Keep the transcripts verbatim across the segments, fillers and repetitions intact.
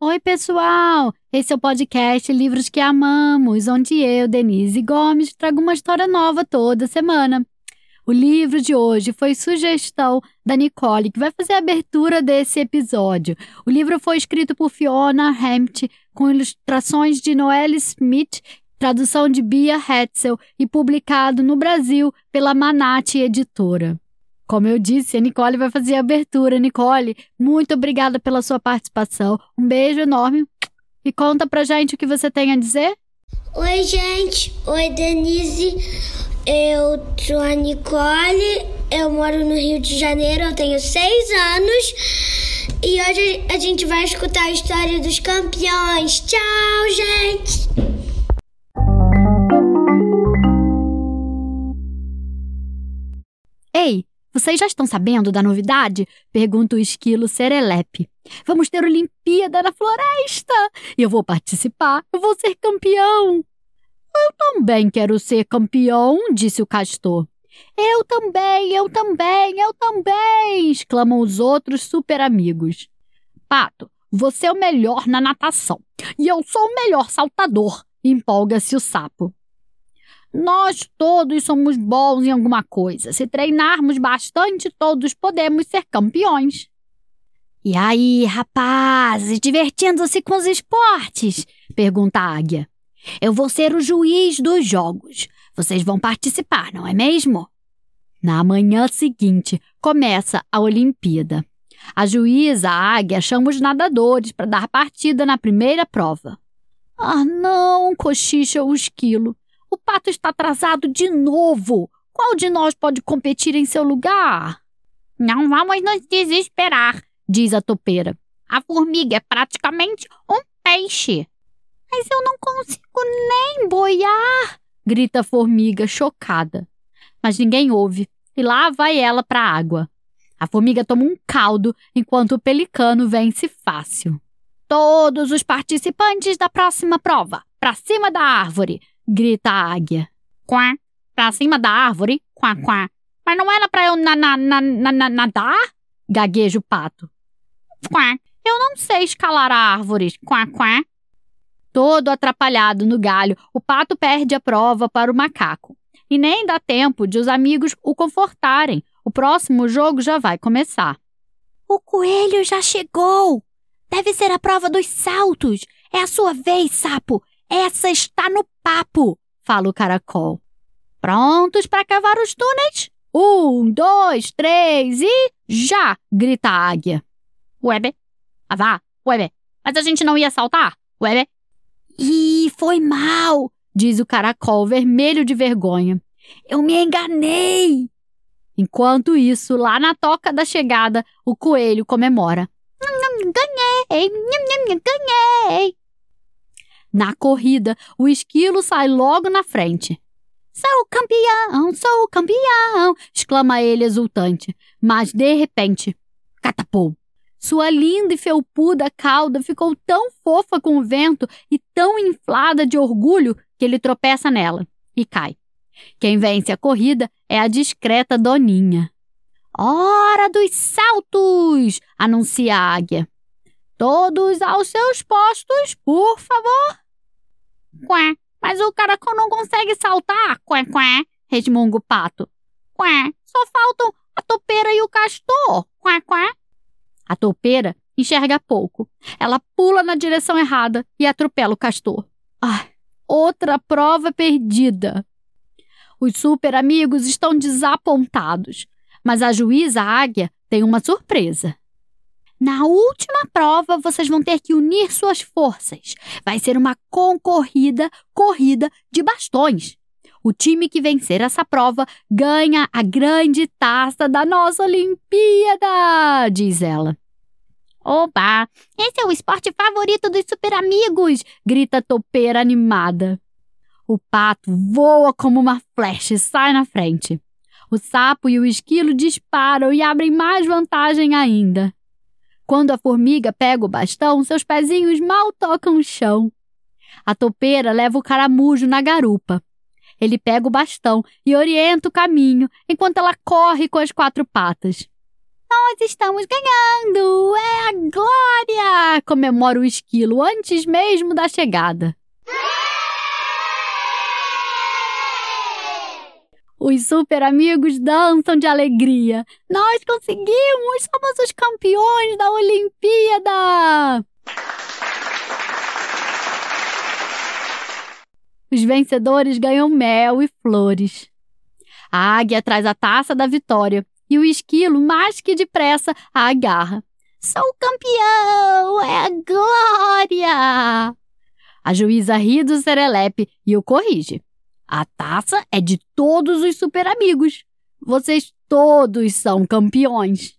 Oi, pessoal! Esse é o podcast Livros que Amamos, onde eu, Denise Gomes, trago uma história nova toda semana. O livro de hoje foi sugestão da Nicole, que vai fazer a abertura desse episódio. O livro foi escrito por Fiona Hampton, com ilustrações de Noelle Smith, tradução de Bia Hetzel e publicado no Brasil pela Manati Editora. Como eu disse, a Nicole vai fazer a abertura. Nicole, muito obrigada pela sua participação. Um beijo enorme e conta pra gente o que você tem a dizer. Oi, gente. Oi, Denise. Eu sou a Nicole. Eu moro no Rio de Janeiro. Eu tenho seis anos. E hoje a gente vai escutar a história dos campeões. Tchau, gente. Ei! Vocês já estão sabendo da novidade? Pergunta o esquilo Serelepe. Vamos ter Olimpíada na floresta! E eu vou participar, eu vou ser campeão! Eu também quero ser campeão, disse o castor. Eu também, eu também, eu também! Exclamam os outros super amigos. Pato, você é o melhor na natação e eu sou o melhor saltador, empolga-se o sapo. Nós todos somos bons em alguma coisa. Se treinarmos bastante, todos podemos ser campeões. E aí, rapazes, divertindo-se com os esportes? Pergunta a águia. Eu vou ser o juiz dos jogos. Vocês vão participar, não é mesmo? Na manhã seguinte, começa a Olimpíada. A juíza, a águia, chama os nadadores para dar partida na primeira prova. Ah, não, cochicha o esquilo. O pato está atrasado de novo. Qual de nós pode competir em seu lugar? Não vamos nos desesperar, diz a topeira. A formiga é praticamente um peixe. Mas eu não consigo nem boiar, grita a formiga chocada. Mas ninguém ouve e lá vai ela para a água. A formiga toma um caldo enquanto o pelicano vence fácil. Todos os participantes da próxima prova, para cima da árvore, grita a águia. Quá, pra cima da árvore? Quá, quá. Mas não era pra eu na, na, na, na, nadar? Gagueja o pato. Quá, eu não sei escalar a árvore. Quá, quá. Todo atrapalhado no galho, o pato perde a prova para o macaco. E nem dá tempo de os amigos o confortarem. O próximo jogo já vai começar. O coelho já chegou. Deve ser a prova dos saltos. É a sua vez, sapo. Essa está no papo, fala o caracol. Prontos para cavar os túneis? Um, dois, três e já! Grita a águia. Ué, ah, vá, ué, mas a gente não ia saltar? Ué, ih, foi mal, diz o caracol vermelho de vergonha. Eu me enganei. Enquanto isso, lá na toca da chegada, o coelho comemora. Ganhei, ganhei. Na corrida, o esquilo sai logo na frente. Sou campeão, sou campeão, exclama ele exultante. Mas, de repente, catapum! Sua linda e felpuda cauda ficou tão fofa com o vento e tão inflada de orgulho que ele tropeça nela e cai. Quem vence a corrida é a discreta Doninha. Hora dos saltos! Anuncia a águia. Todos aos seus postos, por favor. Quá, mas o caracol não consegue saltar, quá, quá, resmunga o pato. Quá, só faltam a topeira e o castor, quá, quá. A topeira enxerga pouco. Ela pula na direção errada e atropela o castor. Ah, outra prova perdida. Os super amigos estão desapontados, mas a juíza a águia tem uma surpresa. Na última prova, vocês vão ter que unir suas forças. Vai ser uma concorrida corrida de bastões. O time que vencer essa prova ganha a grande taça da nossa Olimpíada, diz ela. Oba, esse é o esporte favorito dos super amigos, grita a topeira animada. O pato voa como uma flecha e sai na frente. O sapo e o esquilo disparam e abrem mais vantagem ainda. Quando a formiga pega o bastão, seus pezinhos mal tocam o chão. A topeira leva o caramujo na garupa. Ele pega o bastão e orienta o caminho, enquanto ela corre com as quatro patas. Nós estamos ganhando! É a glória! Comemora o esquilo antes mesmo da chegada. Os super amigos dançam de alegria. Nós conseguimos! Somos os campeões da Olimpíada! Os vencedores ganham mel e flores. A águia traz a taça da vitória e o esquilo, mais que depressa, a agarra. Sou campeão! É a glória! A juíza ri do serelepe e o corrige. A taça é de todos os super amigos. Vocês todos são campeões.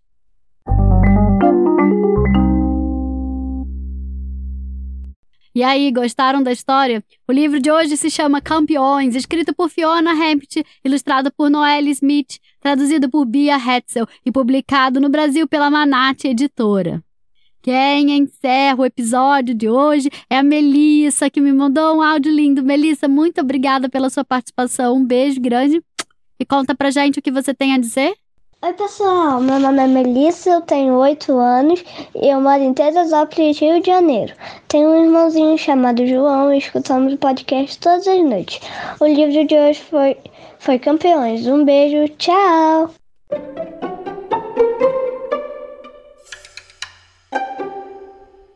E aí, gostaram da história? O livro de hoje se chama Campeões, escrito por Fiona Hampton, ilustrado por Noelle Smith, traduzido por Bia Hetzel e publicado no Brasil pela Manate Editora. Quem encerra o episódio de hoje é a Melissa, que me mandou um áudio lindo. Melissa, muito obrigada pela sua participação. Um beijo grande e conta pra gente o que você tem a dizer. Oi, pessoal. Meu nome é Melissa, eu tenho oito anos e eu moro em Teresópolis, Rio de Janeiro. Tenho um irmãozinho chamado João e escutamos o podcast todas as noites. O livro de hoje foi, foi Campeões. Um beijo, tchau!